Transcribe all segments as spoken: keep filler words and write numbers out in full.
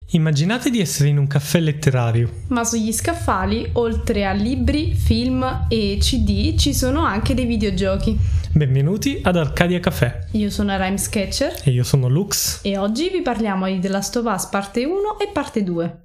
Immaginate di essere in un caffè letterario. Ma sugli scaffali, oltre a libri, film e C D, ci sono anche dei videogiochi. Benvenuti ad Arcadia Café. Io sono Rhyme Sketcher. E io sono Lux. E oggi vi parliamo di The Last of Us parte uno e parte due.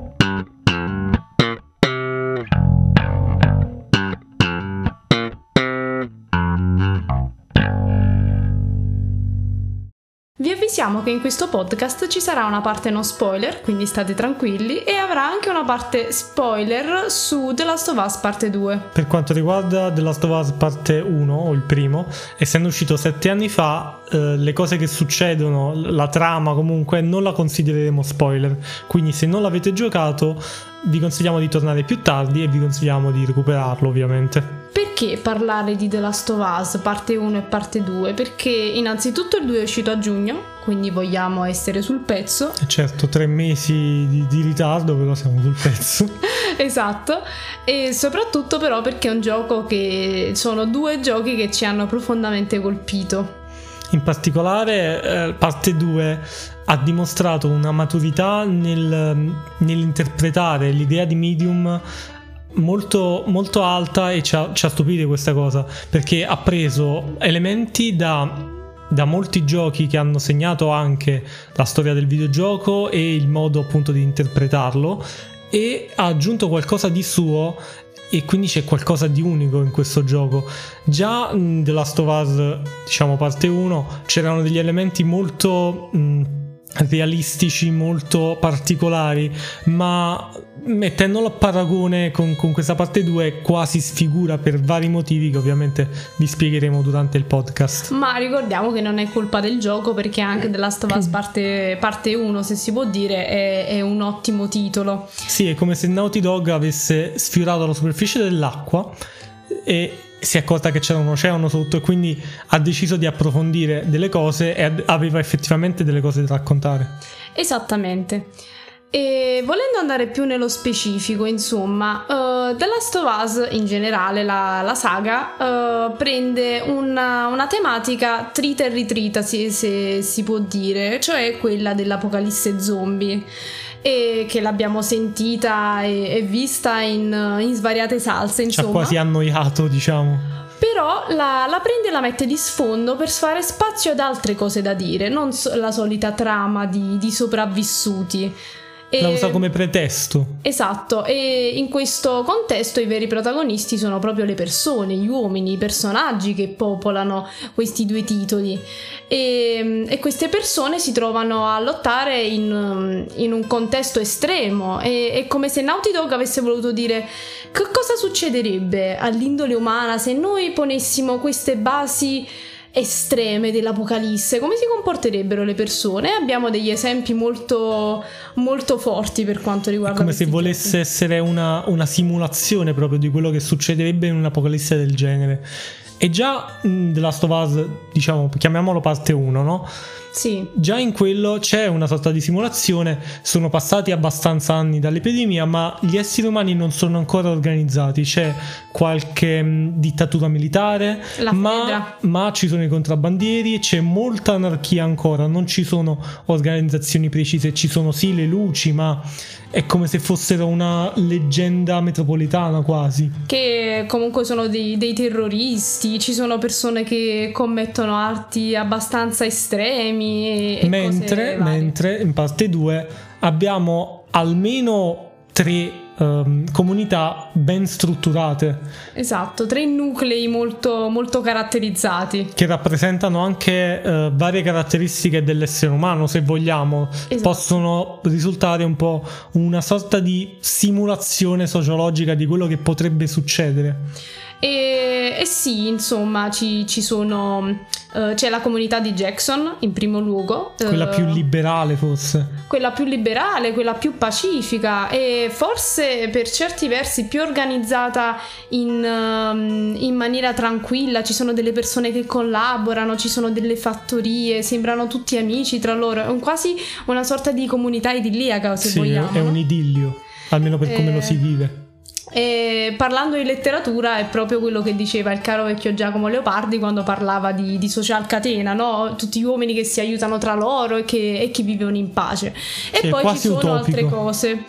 Vi avvisiamo che in questo podcast ci sarà una parte non spoiler, quindi state tranquilli, e avrà anche una parte spoiler su The Last of Us parte due. Per quanto riguarda The Last of Us parte uno, o il primo, essendo uscito sette anni fa, eh, le cose che succedono, la trama comunque, non la considereremo spoiler. Quindi se non l'avete giocato, vi consigliamo di tornare più tardi e vi consigliamo di recuperarlo, ovviamente. Perché parlare di The Last of Us parte uno e parte due? Perché innanzitutto il due è uscito a giugno, quindi vogliamo essere sul pezzo. E certo, tre mesi di, di ritardo, però siamo sul pezzo. Esatto, e soprattutto però perché è un gioco che sono due giochi che ci hanno profondamente colpito. In particolare eh, parte due ha dimostrato una maturità nel, nell'interpretare l'idea di medium molto, molto alta, e ci ha, ci ha stupito questa cosa, perché ha preso elementi da, da molti giochi che hanno segnato anche la storia del videogioco e il modo appunto di interpretarlo, e ha aggiunto qualcosa di suo, e quindi c'è qualcosa di unico in questo gioco. Già in The Last of Us, diciamo parte uno, c'erano degli elementi molto mh, realistici, molto particolari, ma mettendolo a paragone con, con questa parte due quasi sfigura per vari motivi che ovviamente vi spiegheremo durante il podcast. Ma ricordiamo che non è colpa del gioco, perché anche The Last of Us parte, parte uno, se si può dire, è, è un ottimo titolo. Sì, è come se Naughty Dog avesse sfiorato la superficie dell'acqua e si è accorta che c'era un oceano sotto, e quindi ha deciso di approfondire delle cose e aveva effettivamente delle cose da raccontare. Esattamente. E volendo andare più nello specifico, insomma, uh, The Last of Us in generale, la, la saga, uh, prende una, una tematica trita e ritrita, se, se si può dire, cioè quella dell'apocalisse zombie, e che l'abbiamo sentita e, e vista in, in svariate salse, insomma. Ci ha quasi annoiato, diciamo. Però la, la prende e la mette di sfondo per fare spazio ad altre cose da dire, non so, la solita trama di, di sopravvissuti. E, la usa come pretesto. Esatto, e in questo contesto i veri protagonisti sono proprio le persone, gli uomini, i personaggi che popolano questi due titoli, e, e queste persone si trovano a lottare in, in un contesto estremo. E, è come se Naughty Dog avesse voluto dire: che cosa succederebbe all'indole umana se noi ponessimo queste basi estreme dell'apocalisse, come si comporterebbero le persone? Abbiamo degli esempi molto molto forti per quanto riguarda, è come se volesse giochi. essere una, una simulazione proprio di quello che succederebbe in un'apocalisse del genere. E già in The Last of Us, diciamo, chiamiamolo parte uno, no? Sì. Già in quello c'è una sorta di simulazione. Sono passati abbastanza anni dall'epidemia, ma gli esseri umani non sono ancora organizzati. C'è qualche mh, dittatura militare, ma, ma ci sono i contrabbandieri, c'è molta anarchia ancora, non ci sono organizzazioni precise. Ci sono sì le luci, ma è come se fossero una leggenda metropolitana quasi, che comunque sono dei, dei terroristi. Ci sono persone che commettono atti abbastanza estremi e, e mentre, mentre in parte due abbiamo almeno tre um, comunità ben strutturate. Esatto, tre nuclei molto, molto caratterizzati, che rappresentano anche uh, varie caratteristiche dell'essere umano, se vogliamo. Esatto. Possono risultare un po' una sorta di simulazione sociologica di quello che potrebbe succedere. E, e sì, insomma, ci, ci sono uh, c'è la comunità di Jackson in primo luogo, quella uh, più liberale forse quella più liberale, quella più pacifica, e forse per certi versi più organizzata in, um, in maniera tranquilla. Ci sono delle persone che collaborano, ci sono delle fattorie, sembrano tutti amici tra loro, è un, quasi una sorta di comunità idilliaca, se sì, vogliamo. È un idillio, almeno per come eh... lo si vive. E parlando di letteratura è proprio quello che diceva il caro vecchio Giacomo Leopardi quando parlava di, di social catena, no? Tutti gli uomini che si aiutano tra loro e che, e che vivono in pace. E sì, poi ci sono utopico. altre cose,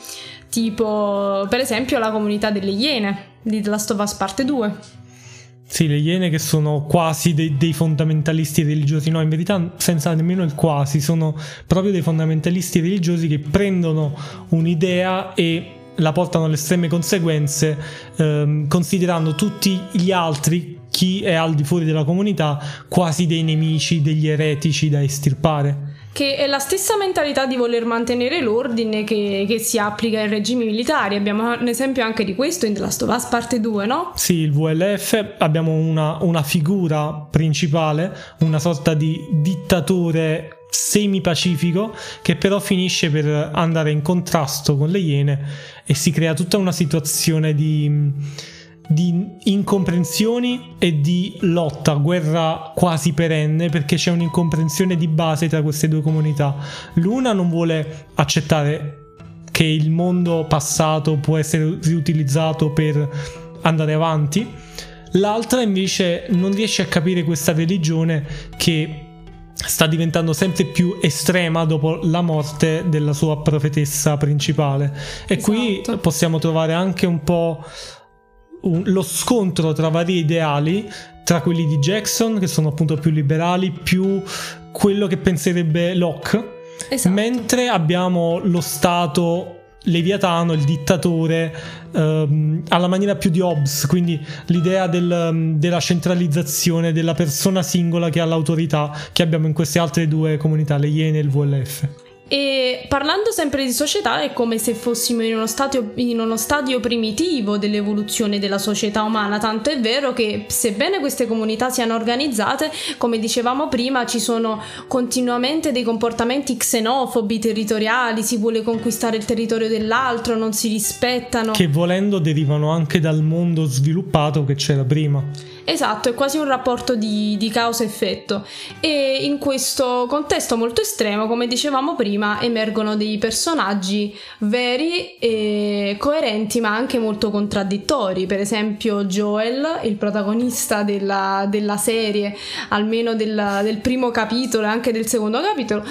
tipo per esempio la comunità delle Iene di The Last of Us parte due. Sì, le Iene che sono quasi dei, dei fondamentalisti religiosi, no, in verità senza nemmeno il quasi, sono proprio dei fondamentalisti religiosi che prendono un'idea e la portano alle estreme conseguenze, ehm, considerando tutti gli altri, chi è al di fuori della comunità, quasi dei nemici, degli eretici da estirpare. Che è la stessa mentalità di voler mantenere l'ordine che, che si applica ai regimi militari. Abbiamo un esempio anche di questo in The Last of Us parte due, no? Sì, il V L F, abbiamo una, una figura principale, una sorta di dittatore semi-pacifico che però finisce per andare in contrasto con le Iene e si crea tutta una situazione di, di incomprensioni e di lotta, guerra quasi perenne, perché c'è un'incomprensione di base tra queste due comunità. L'una non vuole accettare che il mondo passato può essere riutilizzato per andare avanti, l'altra invece non riesce a capire questa religione che sta diventando sempre più estrema dopo la morte della sua profetessa principale. E esatto. Qui possiamo trovare anche un po' un, lo scontro tra vari ideali, tra quelli di Jackson che sono appunto più liberali, più quello che penserebbe Locke, esatto. Mentre abbiamo lo Stato leviatano, il dittatore, ehm, alla maniera più di Hobbes, quindi l'idea del, della centralizzazione della persona singola che ha l'autorità, che abbiamo in queste altre due comunità, le Iene e il V L F. E parlando sempre di società, è come se fossimo in uno stadio, in uno stadio primitivo dell'evoluzione della società umana, tanto è vero che sebbene queste comunità siano organizzate, come dicevamo prima, ci sono continuamente dei comportamenti xenofobi, territoriali, si vuole conquistare il territorio dell'altro, non si rispettano. Che volendo derivano anche dal mondo sviluppato che c'era prima. Esatto, è quasi un rapporto di, di causa-effetto e in questo contesto molto estremo, come dicevamo prima, emergono dei personaggi veri e coerenti ma anche molto contraddittori. Per esempio Joel, il protagonista della, della serie, almeno del, del primo capitolo e anche del secondo capitolo,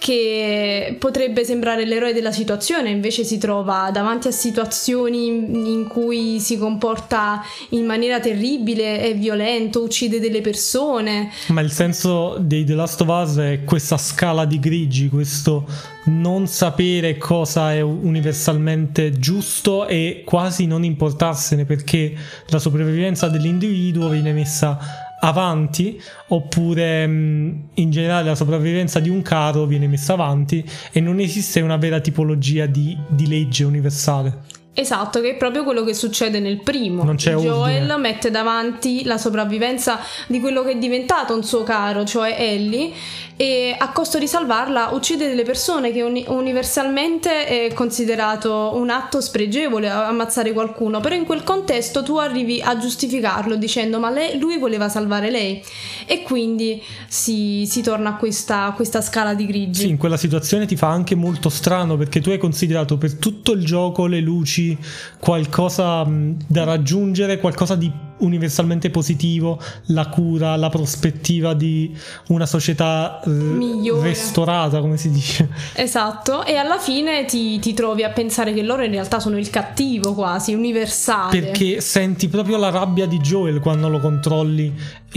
che potrebbe sembrare l'eroe della situazione, invece si trova davanti a situazioni in cui si comporta in maniera terribile e violenta, violento, uccide delle persone. Ma il senso dei The Last of Us è questa scala di grigi, questo non sapere cosa è universalmente giusto e quasi non importarsene, perché la sopravvivenza dell'individuo viene messa avanti, oppure in generale la sopravvivenza di un caro viene messa avanti e non esiste una vera tipologia di, di legge universale. Esatto, che è proprio quello che succede nel primo. Non c'è Joel ordine. Mette davanti la sopravvivenza di quello che è diventato un suo caro, cioè Ellie, e a costo di salvarla uccide delle persone, che uni- universalmente è considerato un atto spregevole ammazzare qualcuno, però in quel contesto tu arrivi a giustificarlo dicendo ma lei, lui voleva salvare lei, e quindi si, si torna a questa, a questa scala di grigi. Sì, in quella situazione ti fa anche molto strano, perché tu hai considerato per tutto il gioco le luci, qualcosa da raggiungere, qualcosa di universalmente positivo, la cura, la prospettiva di una società migliore, restaurata, come si dice. Esatto, e alla fine ti, ti trovi a pensare che loro in realtà sono il cattivo quasi, universale. Perché senti proprio la rabbia di Joel quando lo controlli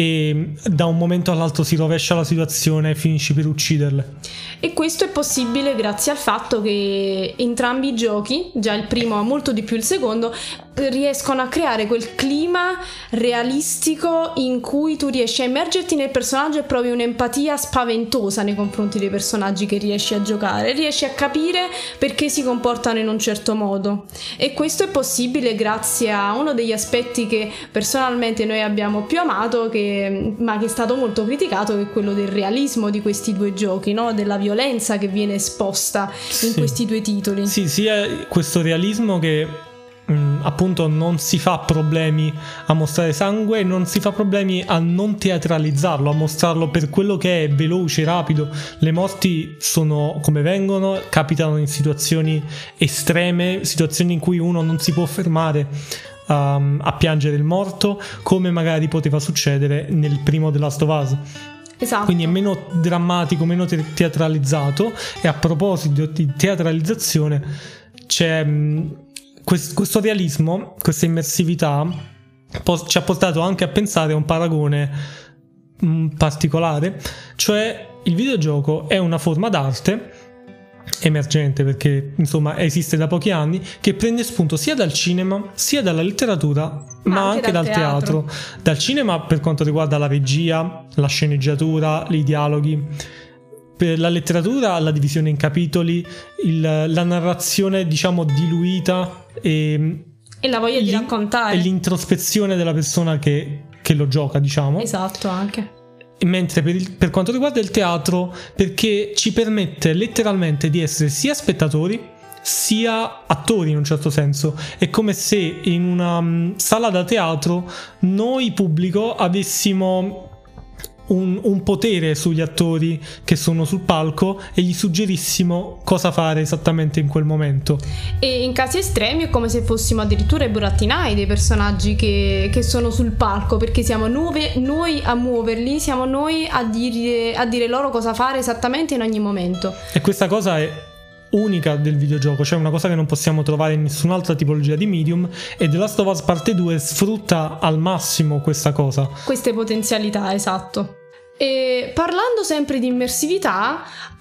e da un momento all'altro si rovescia la situazione e finisci per ucciderle. E questo è possibile grazie al fatto che entrambi i giochi, già il primo ma molto di più il secondo, riescono a creare quel clima realistico in cui tu riesci a immergerti nel personaggio e provi un'empatia spaventosa nei confronti dei personaggi che riesci a giocare, riesci a capire perché si comportano in un certo modo, e questo è possibile grazie a uno degli aspetti che personalmente noi abbiamo più amato, che, ma che è stato molto criticato, che è quello del realismo di questi due giochi, no? Della violenza che viene esposta in sì. questi due titoli. Sì, sia questo realismo che appunto non si fa problemi a mostrare sangue, non si fa problemi a non teatralizzarlo, a mostrarlo per quello che è, veloce, rapido. Le morti sono come vengono, capitano in situazioni estreme, situazioni in cui uno non si può fermare um, a piangere il morto, come magari poteva succedere nel primo The Last of Us. Esatto. Quindi è meno drammatico, meno te- teatralizzato. E a proposito di teatralizzazione, c'è mh, quest- questo realismo, questa immersività po- ci ha portato anche a pensare a un paragone mh, particolare, cioè il videogioco è una forma d'arte emergente, perché insomma esiste da pochi anni, che prende spunto sia dal cinema sia dalla letteratura, ma, ma anche, anche dal, dal teatro. teatro dal cinema per quanto riguarda la regia, la sceneggiatura, i dialoghi; per la letteratura la divisione in capitoli, il, la narrazione diciamo diluita e, e la voglia di raccontare, e l'introspezione della persona che, che lo gioca, diciamo. Esatto, anche. Mentre per, il, per quanto riguarda il teatro, perché ci permette letteralmente di essere sia spettatori sia attori, in un certo senso. È come se in una um, sala da teatro noi pubblico avessimo un, un potere sugli attori che sono sul palco e gli suggerissimo cosa fare esattamente in quel momento. E in casi estremi è come se fossimo addirittura i burattinai dei personaggi che, che sono sul palco, perché siamo nuove, noi a muoverli, siamo noi a dire, a dire loro cosa fare esattamente in ogni momento. E questa cosa è unica del videogioco, cioè una cosa che non possiamo trovare in nessun'altra tipologia di medium, e The Last of Us Parte due sfrutta al massimo questa cosa, queste potenzialità, esatto. E parlando sempre di immersività,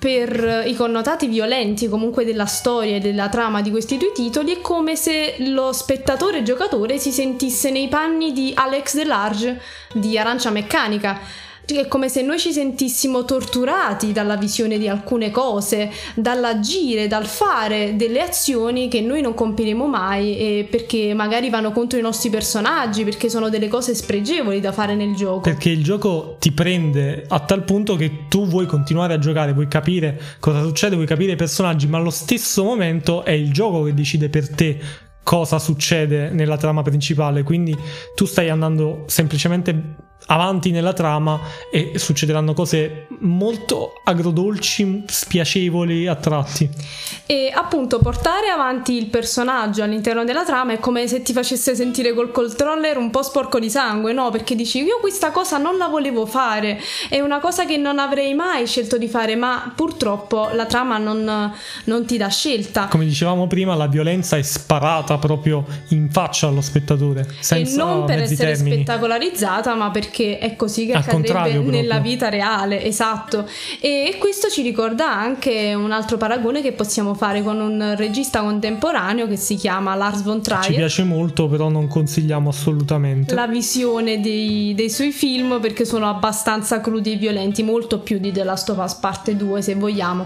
per i connotati violenti comunque della storia e della trama di questi due titoli, è come se lo spettatore giocatore si sentisse nei panni di Alex DeLarge di Arancia Meccanica. È come se noi ci sentissimo torturati dalla visione di alcune cose, dall'agire, dal fare delle azioni che noi non compiremo mai, e perché magari vanno contro i nostri personaggi, perché sono delle cose spregevoli da fare nel gioco. Perché il gioco ti prende a tal punto che tu vuoi continuare a giocare, vuoi capire cosa succede, vuoi capire i personaggi, ma allo stesso momento è il gioco che decide per te cosa succede nella trama principale. Quindi tu stai andando semplicemente avanti nella trama e succederanno cose molto agrodolci, spiacevoli a tratti. E appunto portare avanti il personaggio all'interno della trama è come se ti facesse sentire col controller un po' sporco di sangue, no? Perché dici, io questa cosa non la volevo fare, è una cosa che non avrei mai scelto di fare, ma purtroppo la trama non, non ti dà scelta. Come dicevamo prima, la violenza è sparata proprio in faccia allo spettatore, senza e non per essere termini. spettacolarizzata, ma perché è così che Al accadrebbe nella proprio. vita reale, esatto. E questo ci ricorda anche un altro paragone che possiamo fare con un regista contemporaneo che si chiama Lars von Trier. Ci piace molto, però non consigliamo assolutamente la visione dei, dei suoi film, perché sono abbastanza crudi e violenti, molto più di The Last of Us Parte due, se vogliamo.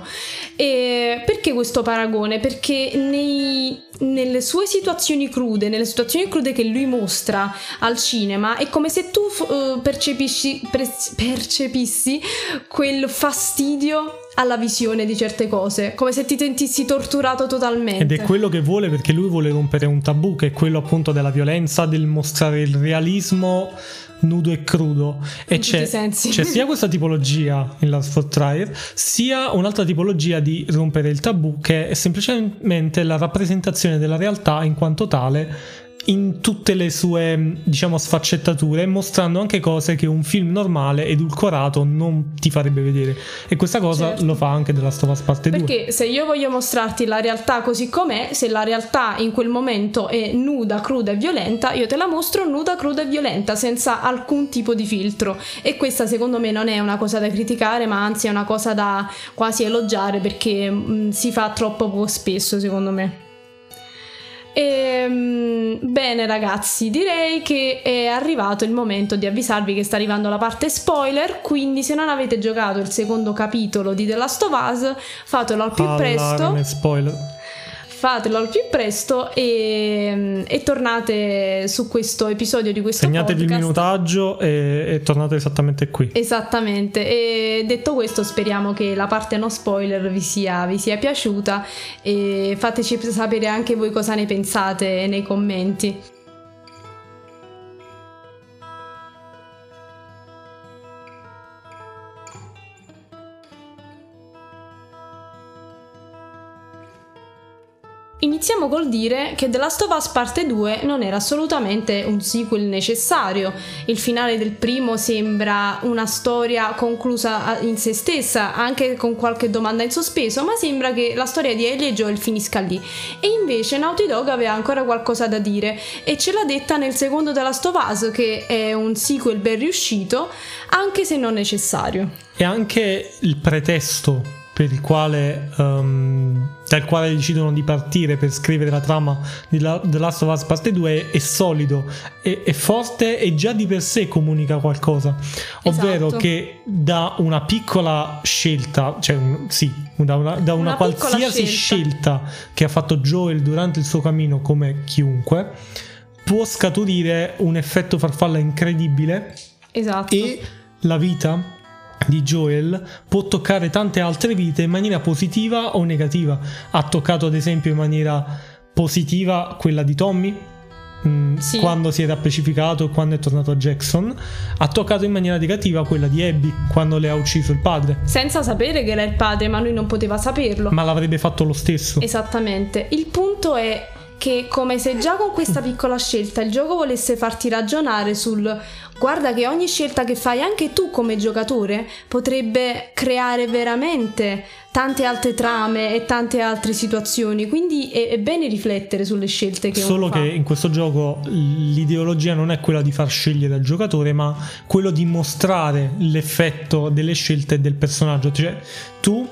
E perché questo paragone? Perché nei nelle sue situazioni crude, nelle situazioni crude che lui mostra al cinema, è come se tu uh, percepisci, pre- percepissi quel fastidio alla visione di certe cose, come se ti sentissi torturato totalmente. Ed è quello che vuole, perché lui vuole rompere un tabù, che è quello appunto della violenza, del mostrare il realismo nudo e crudo. E c'è, c'è sia questa tipologia in Lars von Trier, sia un'altra tipologia di rompere il tabù, che è semplicemente la rappresentazione della realtà in quanto tale, in tutte le sue, diciamo, sfaccettature, mostrando anche cose che un film normale edulcorato non ti farebbe vedere. E questa cosa certo. lo fa anche The Last of Us Parte due. Perché se io voglio mostrarti la realtà così com'è, se la realtà in quel momento è nuda, cruda e violenta, io te la mostro nuda, cruda e violenta, senza alcun tipo di filtro. E questa secondo me non è una cosa da criticare, ma anzi è una cosa da quasi elogiare, perché mh, si fa troppo poco spesso, secondo me. E, bene ragazzi, direi che è arrivato il momento di avvisarvi che sta arrivando la parte spoiler, quindi se non avete giocato il secondo capitolo di The Last of Us, fatelo al più Allarme presto. spoiler. fatelo al più presto e, e tornate su questo episodio di questo segnatevi podcast. Il minutaggio e, e tornate esattamente qui. Esattamente. E detto questo, speriamo che la parte no spoiler vi sia, vi sia piaciuta e fateci sapere anche voi cosa ne pensate nei commenti. Iniziamo col dire che The Last of Us Parte due non era assolutamente un sequel necessario. Il finale del primo sembra una storia conclusa in se stessa, anche con qualche domanda in sospeso, ma sembra che la storia di Ellie e Joel finisca lì. E invece Naughty Dog aveva ancora qualcosa da dire e ce l'ha detta nel secondo The Last of Us, che è un sequel ben riuscito, anche se non necessario. E anche il pretesto per il quale um, dal quale decidono di partire per scrivere la trama di La- The Last of Us Parte due è, è solido, è, è forte e già di per sé comunica qualcosa, ovvero esatto. che da una piccola scelta, cioè un, sì, da una, da una, una qualsiasi scelta. scelta che ha fatto Joel durante il suo cammino, come chiunque, può scaturire un effetto farfalla incredibile. Esatto. E la vita di Joel può toccare tante altre vite in maniera positiva o negativa. Ha toccato ad esempio in maniera positiva quella di Tommy, mh, sì. quando si era pacificato e quando è tornato a Jackson. Ha toccato in maniera negativa quella di Abby quando le ha ucciso il padre, senza sapere che era il padre, ma lui non poteva saperlo, ma l'avrebbe fatto lo stesso. Esattamente. Il punto è che, come se già con questa piccola scelta il gioco volesse farti ragionare sul guarda che ogni scelta che fai anche tu come giocatore potrebbe creare veramente tante altre trame e tante altre situazioni, quindi è, è bene riflettere sulle scelte che solo uno fa. Che in questo gioco l'ideologia non è quella di far scegliere al giocatore, ma quello di mostrare l'effetto delle scelte del personaggio. Cioè tu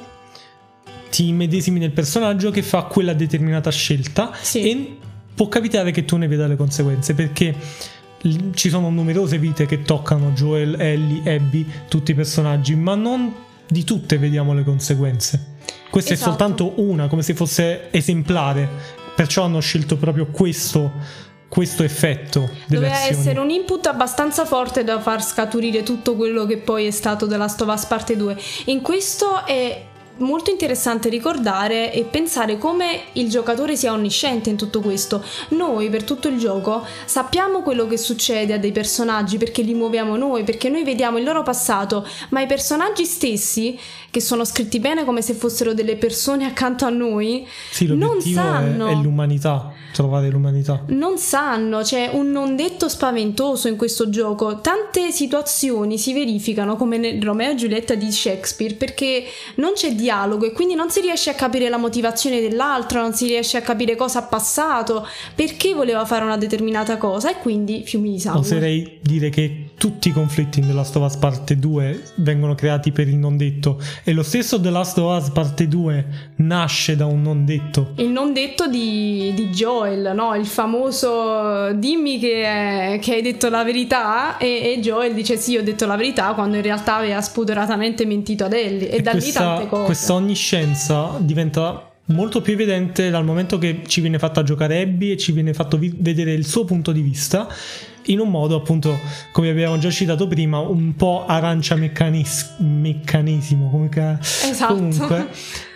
ti immedesimi nel personaggio che fa quella determinata scelta, sì. E può capitare che tu ne veda le conseguenze, perché ci sono numerose vite che toccano Joel, Ellie, Abby, tutti i personaggi, ma non di tutte vediamo le conseguenze. Questa esatto. è soltanto una, come se fosse esemplare, perciò hanno scelto proprio questo questo effetto delle doveva azioni. Essere un input abbastanza forte da far scaturire tutto quello che poi è stato The Last of Us Parte due. In questo è molto interessante ricordare e pensare come il giocatore sia onnisciente in tutto questo. Noi per tutto il gioco sappiamo quello che succede a dei personaggi perché li muoviamo noi, perché noi vediamo il loro passato, ma i personaggi stessi, che sono scritti bene come se fossero delle persone accanto a noi, sì, non sanno. È, è l'umanità, trovare l'umanità. Non sanno, c'è un non detto spaventoso in questo gioco. Tante situazioni si verificano come nel Romeo e Giulietta di Shakespeare perché non c'è dialogo e quindi non si riesce a capire la motivazione dell'altro, non si riesce a capire cosa ha passato, perché voleva fare una determinata cosa, e quindi fiumi di sangue. Oserei dire che tutti i conflitti in The Last of Us Parte due vengono creati per il non detto, e lo stesso The Last of Us Parte due nasce da un non detto. Il non detto di, di Joel, no? Il famoso dimmi che, che hai detto la verità, e, e Joel dice sì, ho detto la verità, quando in realtà aveva spudoratamente mentito ad Ellie, e, e da questa, lì tante cose. Questa onniscienza diventa molto più evidente dal momento che ci viene fatta giocare Abby e ci viene fatto vi- vedere il suo punto di vista in un modo, appunto, come abbiamo già citato prima, un po' arancia meccanis- meccanismo come ca- esatto. Comunque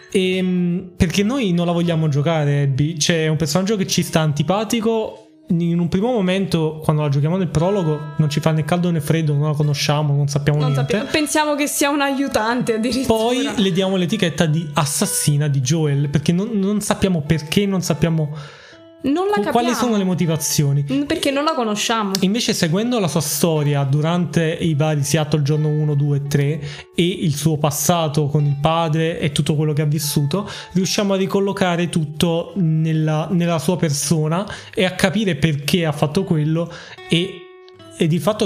e, perché noi non la vogliamo giocare Abby, c'è un personaggio che ci sta antipatico. In un primo momento, quando la giochiamo nel prologo, non ci fa né caldo né freddo, non la conosciamo, non sappiamo non niente. Sappiamo, pensiamo che sia un aiutante addirittura. Poi le diamo l'etichetta di assassina di Joel, perché non, non sappiamo perché, non sappiamo non la capiamo. Quali sono le motivazioni? Perché non la conosciamo. Invece, seguendo la sua storia durante i vari Seattle giorno uno, due e tre e il suo passato con il padre e tutto quello che ha vissuto, riusciamo a ricollocare tutto nella, nella sua persona e a capire perché ha fatto quello, e, ed il fatto che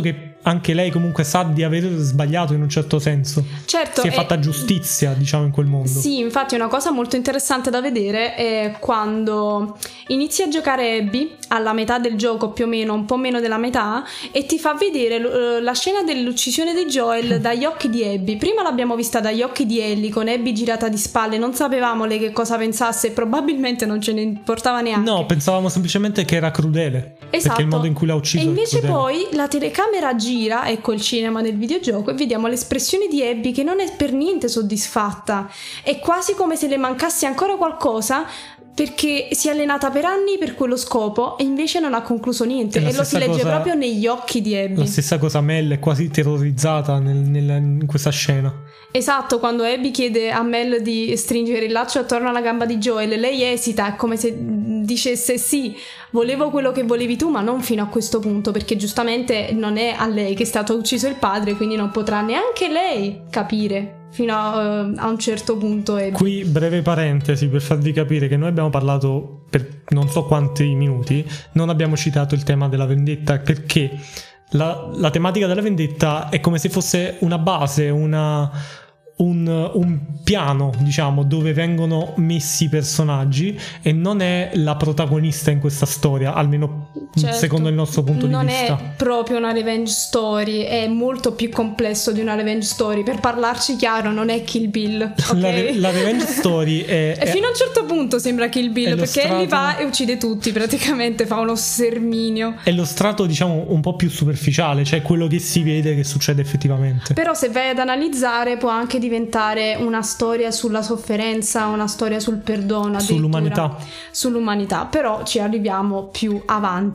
anche lei comunque sa di aver sbagliato in un certo senso. Certo, si è e... fatta giustizia, diciamo, in quel mondo. Sì, infatti una cosa molto interessante da vedere è quando inizi a giocare Abby alla metà del gioco, più o meno, un po' meno della metà, e ti fa vedere uh, la scena dell'uccisione di Joel dagli occhi di Abby. Prima l'abbiamo vista dagli occhi di Ellie, con Abby girata di spalle, non sapevamo lei che cosa pensasse e probabilmente non ce ne importava neanche. No, pensavamo semplicemente che era crudele. Esatto. Perché il modo in cui l'ha ucciso. E invece è crudele. poi la telecamera gira, ecco il cinema del videogioco, e vediamo l'espressione di Abby che non è per niente soddisfatta. È quasi come se le mancasse ancora qualcosa, perché si è allenata per anni per quello scopo e invece non ha concluso niente, e lo si legge cosa, proprio negli occhi di Abby. La stessa cosa Mel è quasi terrorizzata nel, nel, in questa scena. Esatto, quando Abby chiede a Mel di stringere il laccio attorno alla gamba di Joel, lei esita, è come se dicesse sì, volevo quello che volevi tu, ma non fino a questo punto, perché giustamente non è a lei che è stato ucciso il padre, quindi non potrà neanche lei capire fino a, uh, a un certo punto. Abby. Qui breve parentesi per farvi capire che noi abbiamo parlato per non so quanti minuti, non abbiamo citato il tema della vendetta, perché la, la tematica della vendetta è come se fosse una base, una, un, un piano, diciamo, dove vengono messi i personaggi, e non è la protagonista in questa storia, almeno certo, secondo il nostro punto di vista. Non è proprio una revenge story, è molto più complesso di una revenge story. Per parlarci chiaro, non è Kill Bill, okay? la, re- la revenge story è, e fino a un certo punto sembra Kill Bill, perché strato... Ellie va e uccide tutti, praticamente fa uno sterminio. È lo strato, diciamo, un po' più superficiale, cioè quello che si vede che succede effettivamente. Però se vai ad analizzare può anche diventare una storia sulla sofferenza, una storia sul perdono, sull'umanità. Sull'umanità, però ci arriviamo più avanti.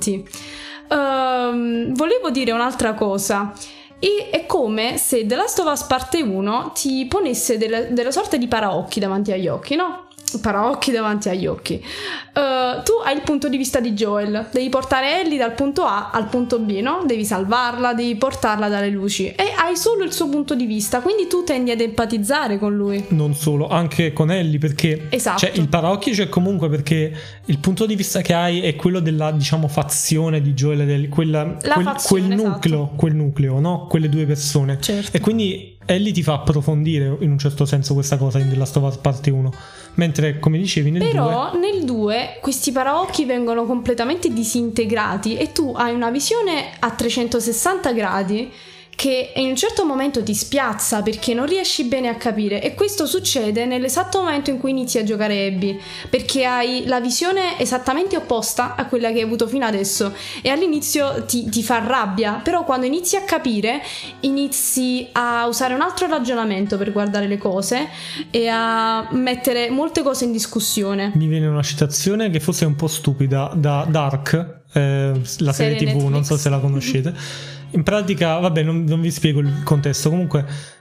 Um, volevo dire un'altra cosa. E è come se The Last of Us parte uno ti ponesse delle, delle sorte di paraocchi davanti agli occhi, no? Paraocchi davanti agli occhi. Uh, tu hai il punto di vista di Joel, devi portare Ellie dal punto A al punto B, no? Devi salvarla, devi portarla dalle luci, e hai solo il suo punto di vista, quindi tu tendi ad empatizzare con lui. Non solo, anche con Ellie, perché esatto. Cioè, il paraocchi c'è comunque perché il punto di vista che hai è quello della, diciamo, fazione di Joel, del, quella, quel, fazione, quel nucleo, esatto. quel nucleo, no? Quelle due persone. Certo. E quindi Ellie ti fa approfondire in un certo senso questa cosa in The Last of Us parte uno. Mentre, come dicevi, nel Però due... nel due questi paraocchi vengono completamente disintegrati e tu hai una visione a trecentosessanta gradi che in un certo momento ti spiazza perché non riesci bene a capire, e questo succede nell'esatto momento in cui inizi a giocare Abby, perché hai la visione esattamente opposta a quella che hai avuto fino adesso, e all'inizio ti, ti fa rabbia, però quando inizi a capire inizi a usare un altro ragionamento per guardare le cose e a mettere molte cose in discussione. Mi viene una citazione che forse è un po' stupida da Dark, eh, la serie, serie tivù, Netflix. Non so se la conoscete. In pratica, vabbè, non, non vi spiego il contesto. Comunque,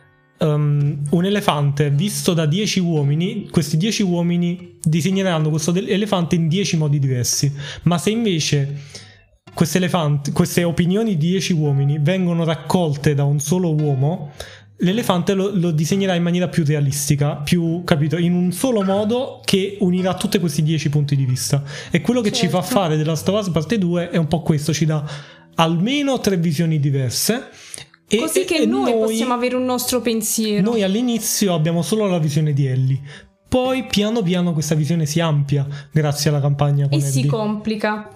um, un elefante visto da dieci uomini, questi dieci uomini disegneranno questo elefante in dieci modi diversi. Ma se invece queste, elefante, queste opinioni di dieci uomini vengono raccolte da un solo uomo, l'elefante lo, lo disegnerà in maniera più realistica, più, capito, in un solo modo che unirà tutti questi dieci punti di vista. E quello che certo. ci fa fare della Last of Us parte due è un po' questo, ci dà almeno tre visioni diverse, e, così che e noi, noi possiamo avere un nostro pensiero. Noi all'inizio abbiamo solo la visione di Ellie, poi piano piano questa visione si amplia grazie alla campagna con e Ellie. Si complica.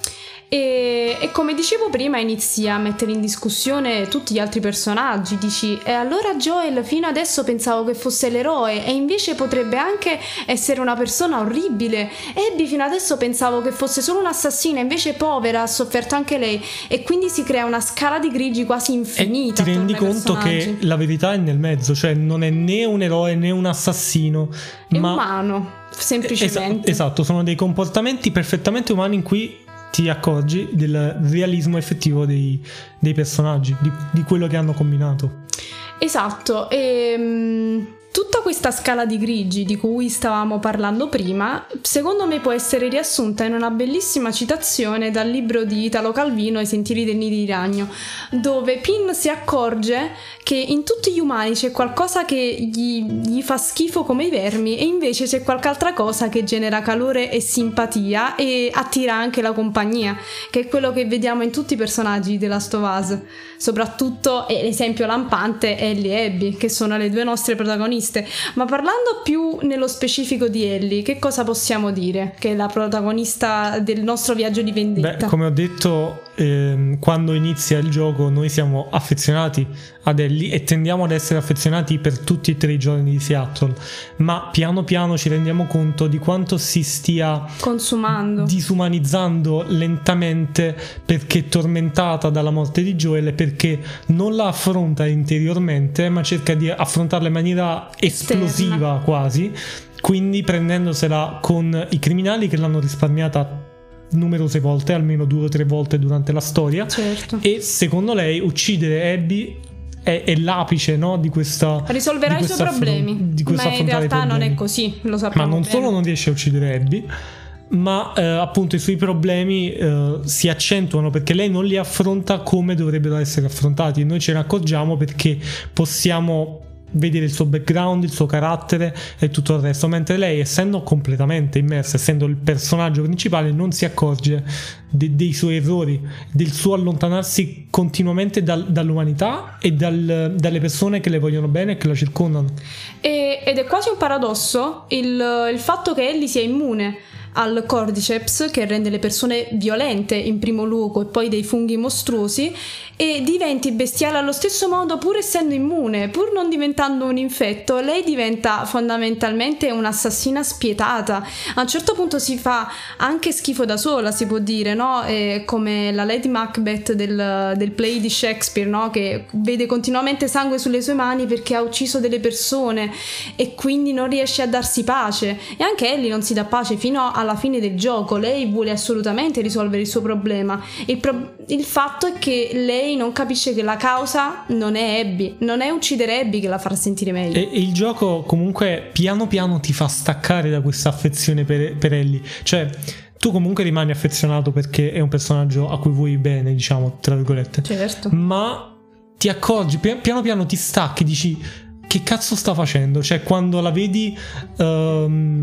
E, e come dicevo prima, inizi a mettere in discussione tutti gli altri personaggi. Dici, e allora Joel fino adesso pensavo che fosse l'eroe, e invece potrebbe anche essere una persona orribile. Abby fino adesso pensavo che fosse solo un'assassina, invece povera, ha sofferto anche lei. E quindi si crea una scala di grigi quasi infinita. E ti rendi conto che la verità è nel mezzo, cioè non è né un eroe né un assassino, è ma umano, semplicemente. Esatto, esatto, sono dei comportamenti perfettamente umani in cui ti accorgi del realismo effettivo dei, dei personaggi, di, di quello che hanno combinato. Esatto. E, Tutta questa scala di grigi di cui stavamo parlando prima, secondo me può essere riassunta in una bellissima citazione dal libro di Italo Calvino, I sentieri del nido di ragno, dove Pin si accorge che in tutti gli umani c'è qualcosa che gli, gli fa schifo come i vermi, e invece c'è qualche altra cosa che genera calore e simpatia e attira anche la compagnia, che è quello che vediamo in tutti i personaggi di The Last of Us, soprattutto, e l'esempio lampante, Ellie e Abby, che sono le due nostre protagoniste. Ma parlando più nello specifico di Ellie, che cosa possiamo dire? Che è la protagonista del nostro viaggio di vendetta. Beh, come ho detto, ehm, quando inizia il gioco noi siamo affezionati ad Ellie e tendiamo ad essere affezionati per tutti e tre i giorni di Seattle, ma piano piano ci rendiamo conto di quanto si stia consumando, disumanizzando lentamente, perché tormentata dalla morte di Joel e perché non la affronta interiormente, ma cerca di affrontarla in maniera esplosiva esterna, quasi, quindi prendendosela con i criminali che l'hanno risparmiata numerose volte, almeno due o tre volte durante la storia. Certo. E secondo lei uccidere Abby è, è l'apice, no, di questa risolverà di i suoi problemi, di ma in realtà non è così, lo sappiamo. Ma non bene. Solo non riesce a uccidere Abby, ma eh, appunto i suoi problemi eh, si accentuano perché lei non li affronta come dovrebbero essere affrontati, e noi ce ne accorgiamo perché possiamo vedere il suo background, il suo carattere e tutto il resto, mentre lei, essendo completamente immersa, essendo il personaggio principale, non si accorge de- dei suoi errori, del suo allontanarsi continuamente dal- dall'umanità e dal- dalle persone che le vogliono bene e che la circondano. E- ed è quasi un paradosso il, il fatto che Ellie sia immune al cordyceps, che rende le persone violente in primo luogo, e poi dei funghi mostruosi, e diventi bestiale allo stesso modo pur essendo immune, pur non diventando un infetto. Lei diventa fondamentalmente un'assassina spietata. A un certo punto si fa anche schifo da sola, si può dire, no? È come la Lady Macbeth del, del play di Shakespeare, no? Che vede continuamente sangue sulle sue mani perché ha ucciso delle persone e quindi non riesce a darsi pace. E anche Ellie non si dà pace fino alla fine del gioco. Lei vuole assolutamente risolvere il suo problema. Il, pro- il fatto è che lei non capisce che la causa non è Abby, non è uccidere Abby che la farà sentire meglio. E, e il gioco comunque piano piano ti fa staccare da questa affezione per, per Ellie. Cioè, tu comunque rimani affezionato perché è un personaggio a cui vuoi bene, diciamo, tra virgolette. Certo. Ma ti accorgi, piano piano ti stacchi, dici che cazzo sta facendo? Cioè, quando la vedi um,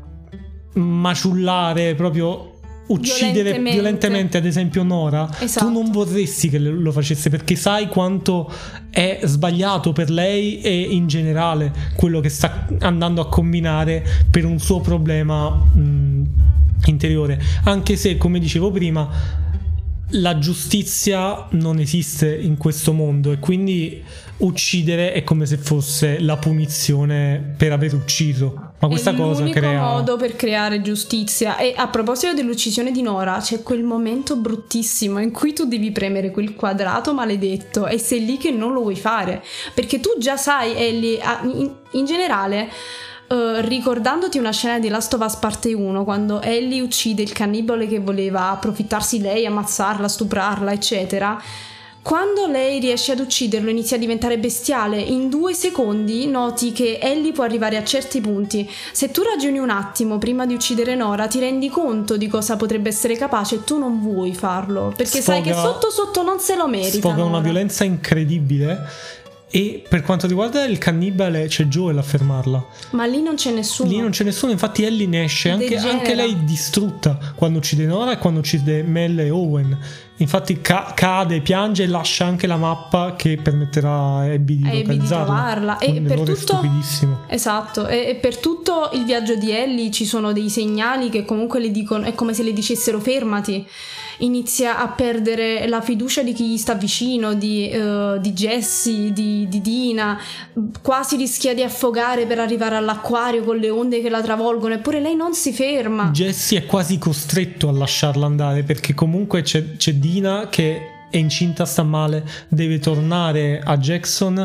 maciullare, proprio uccidere violentemente. violentemente ad esempio Nora, esatto. Tu non vorresti che lo facesse perché sai quanto è sbagliato per lei e in generale quello che sta andando a combinare per un suo problema mh, interiore, anche se, come dicevo prima, la giustizia non esiste in questo mondo e quindi uccidere è come se fosse la punizione per aver ucciso, ma questa cosa crea... È l'unico modo per creare giustizia. E a proposito dell'uccisione di Nora, c'è quel momento bruttissimo in cui tu devi premere quel quadrato maledetto e sei lì che non lo vuoi fare, perché tu già sai, Ellie, in, in generale... Uh, ricordandoti una scena di Last of Us parte uno, quando Ellie uccide il cannibale che voleva approfittarsi lei, ammazzarla, stuprarla, eccetera. Quando lei riesce ad ucciderlo, inizia a diventare bestiale. In due secondi noti che Ellie può arrivare a certi punti. Se tu ragioni un attimo prima di uccidere Nora, ti rendi conto di cosa potrebbe essere capace e tu non vuoi farlo, perché sfoga, sai che sotto sotto non se lo merita. Sfoga Nora. Una violenza incredibile. E per quanto riguarda il cannibale c'è Joel a fermarla. Ma lì non c'è nessuno. Lì non c'è nessuno, infatti Ellie ne esce anche, anche lei distrutta quando uccide Nora e quando uccide Mel e Owen. Infatti ca- cade, piange e lascia anche la mappa che permetterà a Abby di Abby localizzarla. di trovarla. E per tutto, stupidissimo. Esatto, e, e per tutto il viaggio di Ellie ci sono dei segnali che comunque le dicono, è come se le dicessero fermati. Inizia a perdere la fiducia di chi gli sta vicino, di, uh, di Jessie, di, di Dina, quasi rischia di affogare per arrivare all'acquario con le onde che la travolgono, eppure lei non si ferma. Jessie è quasi costretto a lasciarla andare perché comunque c'è, c'è Dina che è incinta, sta male, deve tornare a Jackson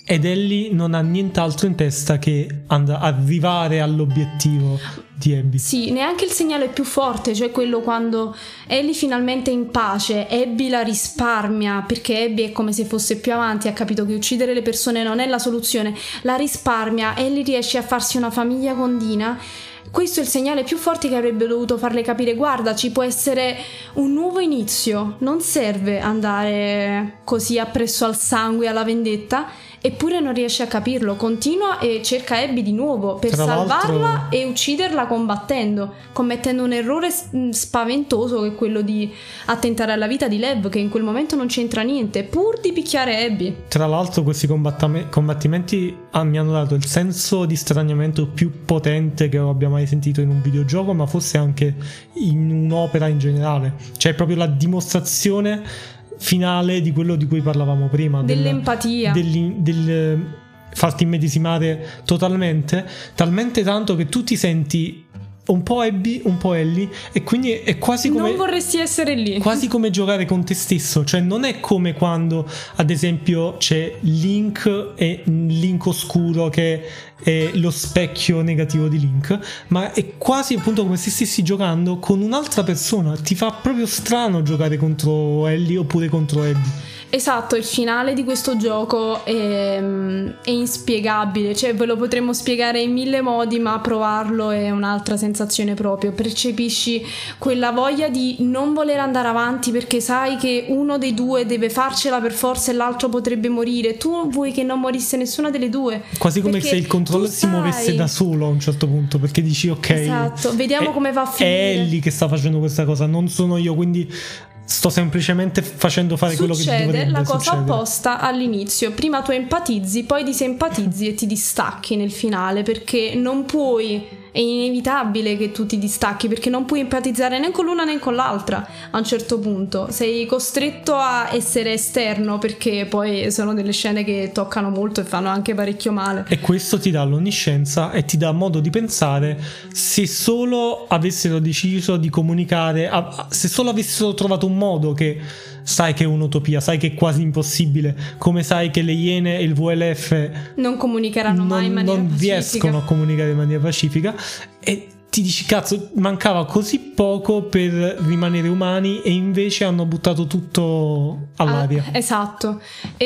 ed Ellie non ha nient'altro in testa che and- arrivare all'obiettivo di Abby. Sì, neanche il segnale più forte, cioè quello quando Ellie finalmente è in pace, Abby la risparmia, perché Abby è come se fosse più avanti, ha capito che uccidere le persone non è la soluzione, la risparmia, Ellie riesce a farsi una famiglia con Dina. Questo è il segnale più forte che avrebbe dovuto farle capire: guarda, ci può essere un nuovo inizio, non serve andare così appresso al sangue, alla vendetta. Eppure non riesce a capirlo, continua e cerca Abby di nuovo per Tra salvarla l'altro... e ucciderla combattendo, commettendo un errore spaventoso che è quello di attentare alla vita di Lev, che in quel momento non c'entra niente, pur di picchiare Abby. Tra l'altro questi combattame- combattimenti ah, mi hanno dato il senso di straniamento più potente che abbia mai sentito in un videogioco, ma forse anche in un'opera in generale. Cioè proprio la dimostrazione finale di quello di cui parlavamo prima, dell'empatia, del, del farti immedesimare totalmente, talmente tanto che tu ti senti un po' Abby, un po' Ellie, e quindi è quasi come non vorresti essere lì, quasi come giocare con te stesso. Cioè non è come quando ad esempio c'è Link e Link oscuro che è lo specchio negativo di Link, ma è quasi appunto come se stessi giocando con un'altra persona. Ti fa proprio strano giocare contro Ellie oppure contro Abby. Esatto, il finale di questo gioco è, è inspiegabile, cioè ve lo potremmo spiegare in mille modi, ma provarlo è un'altra sensazione proprio. Percepisci quella voglia di non voler andare avanti perché sai che uno dei due deve farcela per forza e l'altro potrebbe morire. Tu vuoi che non morisse nessuna delle due, quasi come se il controller si muovesse da solo a un certo punto, perché dici ok, esatto, vediamo è, come va a finire. È Ellie che sta facendo questa cosa, non sono io, quindi sto semplicemente facendo fare succede quello che dovrebbe la cosa succedere. opposta all'inizio. Prima tu empatizzi, poi disempatizzi e ti distacchi nel finale, perché non puoi, è inevitabile che tu ti distacchi, perché non puoi empatizzare né con l'una né con l'altra. A un certo punto sei costretto a essere esterno, perché poi sono delle scene che toccano molto e fanno anche parecchio male, e questo ti dà l'onniscienza e ti dà modo di pensare. Se solo avessero deciso di comunicare, se solo avessero trovato un modo, che sai che è un'utopia, sai che è quasi impossibile, come sai che le Iene e il V L F non comunicheranno non, mai in maniera non pacifica, riescono a comunicare in maniera pacifica, e ti dici cazzo, mancava così poco per rimanere umani e invece hanno buttato tutto all'aria. Ah, esatto,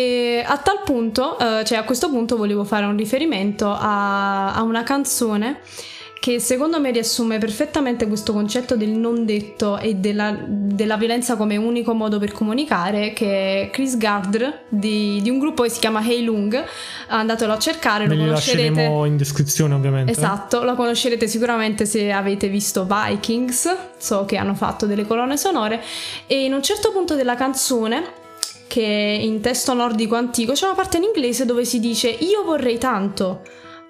e a tal punto, eh, cioè a questo punto volevo fare un riferimento a, a una canzone che secondo me riassume perfettamente questo concetto del non detto e della, della violenza come unico modo per comunicare, che è Chris Gardner di, di un gruppo che si chiama Hey Lung. Andatelo a cercare, lo Ve li conoscerete lasceremo in descrizione ovviamente. Esatto, lo conoscerete sicuramente se avete visto Vikings, so che hanno fatto delle colonne sonore, e in un certo punto della canzone, che in testo nordico antico, c'è una parte in inglese dove si dice: io vorrei tanto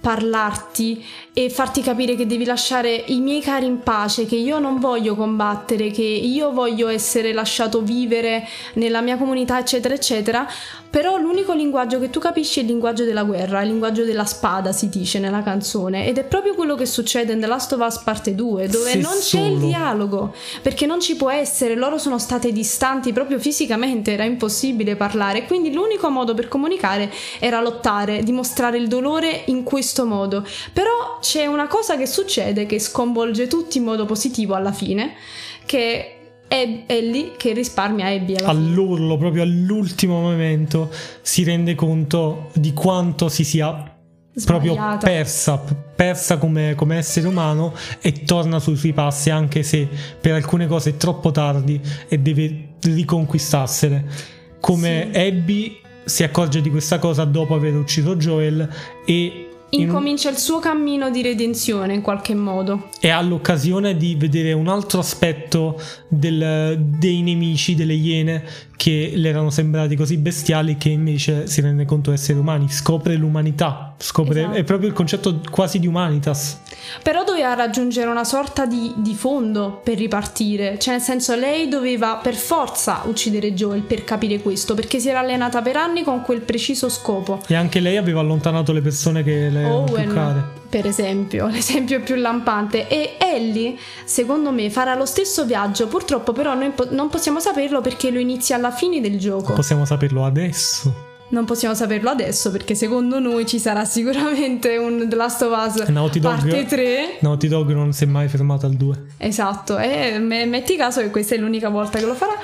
parlarti e farti capire che devi lasciare i miei cari in pace, che io non voglio combattere, che io voglio essere lasciato vivere nella mia comunità, eccetera eccetera, però l'unico linguaggio che tu capisci è il linguaggio della guerra, il linguaggio della spada, si dice nella canzone, ed è proprio quello che succede in The Last of Us parte due, dove Se non solo. c'è il dialogo, perché non ci può essere, loro sono state distanti proprio fisicamente, era impossibile parlare, quindi l'unico modo per comunicare era lottare, dimostrare il dolore in questo modo. Però c'è una cosa che succede che sconvolge tutti in modo positivo alla fine, che è Ellie che risparmia Abby alla fine. All'urlo, proprio all'ultimo momento, si rende conto di quanto si sia proprio Sbagliata. persa persa come, come essere umano, e torna sui suoi passi, anche se per alcune cose è troppo tardi e deve riconquistarsele. Come Sì. Abby si accorge di questa cosa dopo aver ucciso Joel e incomincia il suo cammino di redenzione in qualche modo, e ha l'occasione di vedere un altro aspetto del, dei nemici, delle Iene, che le erano sembrati così bestiali, che invece si rende conto essere umani, scopre l'umanità, scopre, esatto. È proprio il concetto quasi di humanitas. Però doveva raggiungere una sorta di, di fondo per ripartire, cioè nel senso, lei doveva per forza uccidere Joel per capire questo, perché si era allenata per anni con quel preciso scopo. E anche lei aveva allontanato le persone che le erano più Owen, care, per esempio, l'esempio più lampante. E Ellie, secondo me, farà lo stesso viaggio. Purtroppo però noi po- non possiamo saperlo, perché lo inizia alla fine del gioco. possiamo saperlo adesso. Non possiamo saperlo adesso perché secondo noi ci sarà sicuramente un The Last of Us Naughty Dog, parte tre. Naughty Dog non si è mai fermato al due. Esatto, e metti caso che questa è l'unica volta che lo farà.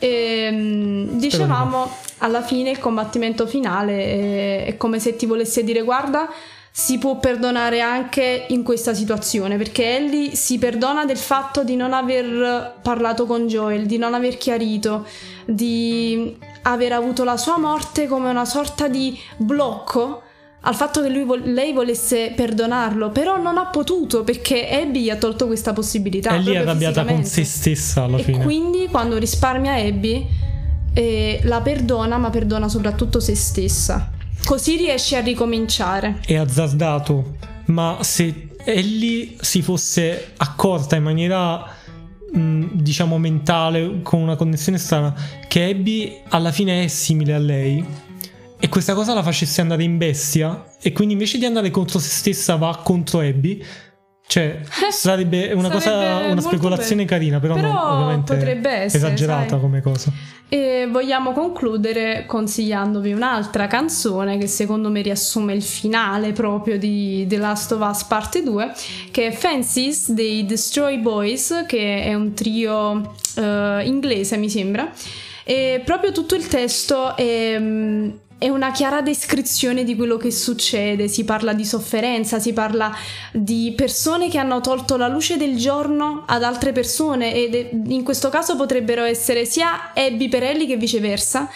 E, dicevamo, alla fine il combattimento finale è, è come se ti volesse dire: guarda, si può perdonare anche in questa situazione, perché Ellie si perdona del fatto di non aver parlato con Joel, di non aver chiarito, di aver avuto la sua morte come una sorta di blocco al fatto che lui vo- lei volesse perdonarlo, però non ha potuto perché Abby gli ha tolto questa possibilità. Ellie è arrabbiata con se stessa alla e fine. E quindi quando risparmia Abby eh, la perdona, ma perdona soprattutto se stessa. Così riesce a ricominciare. È azzardato, ma se Ellie si fosse accorta in maniera mh, diciamo mentale, con una connessione strana, che Abby alla fine è simile a lei, e questa cosa la facesse andare in bestia, e quindi invece di andare contro se stessa va contro Abby, cioè sarebbe una sarebbe cosa, una speculazione bello. carina, però, però non, ovviamente potrebbe essere esagerata, sai, come cosa. E vogliamo concludere consigliandovi un'altra canzone che secondo me riassume il finale proprio di The Last of Us parte due, che è Fences dei Destroy Boys, che è un trio uh, inglese mi sembra, e proprio tutto il testo è... è una chiara descrizione di quello che succede. Si parla di sofferenza, si parla di persone che hanno tolto la luce del giorno ad altre persone, ed in questo caso potrebbero essere sia Abby per Ellie che viceversa.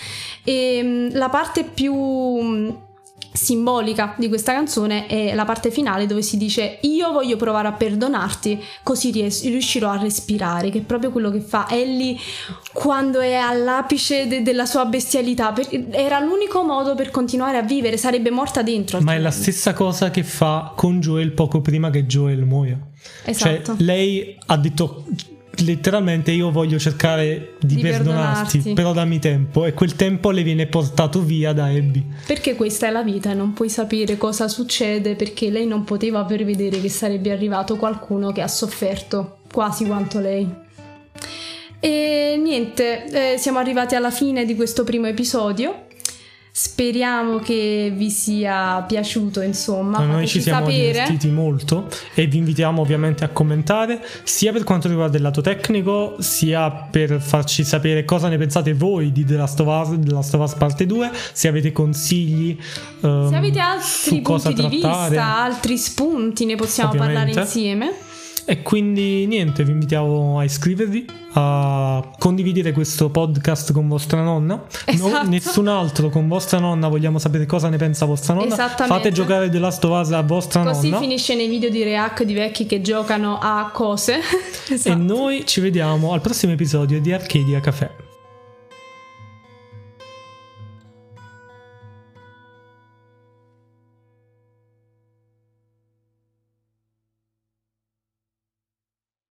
E la parte più simbolica di questa canzone è la parte finale, dove si dice: io voglio provare a perdonarti così ries- riuscirò a respirare, che è proprio quello che fa Ellie quando è all'apice de- della sua bestialità. Per- era l'unico modo per continuare a vivere, sarebbe morta dentro. Ma è la stessa cosa che fa con Joel poco prima che Joel muoia. Esatto. Cioè lei ha detto letteralmente: io voglio cercare di, di perdonarti, perdonarti, però dammi tempo, e quel tempo le viene portato via da Abby, perché questa è la vita e non puoi sapere cosa succede, perché lei non poteva prevedere che sarebbe arrivato qualcuno che ha sofferto quasi quanto lei. E niente, eh, siamo arrivati alla fine di questo primo episodio. Speriamo che vi sia piaciuto, insomma. Ma noi ci siamo sapere. divertiti molto e vi invitiamo ovviamente a commentare, sia per quanto riguarda il lato tecnico, sia per farci sapere cosa ne pensate voi di The Last of Us, The Last of Us parte due, se avete consigli, um, se avete altri punti di vista, altri spunti, ne possiamo ovviamente parlare insieme. E quindi niente, vi invitiamo a iscrivervi, a condividere questo podcast con vostra nonna. Esatto. No, nessun altro, con vostra nonna vogliamo sapere cosa ne pensa vostra nonna. Fate giocare The Last of Us a vostra Così nonna. Così finisce nei video di React di vecchi che giocano a cose. Esatto. E noi ci vediamo al prossimo episodio di Arcadia Café.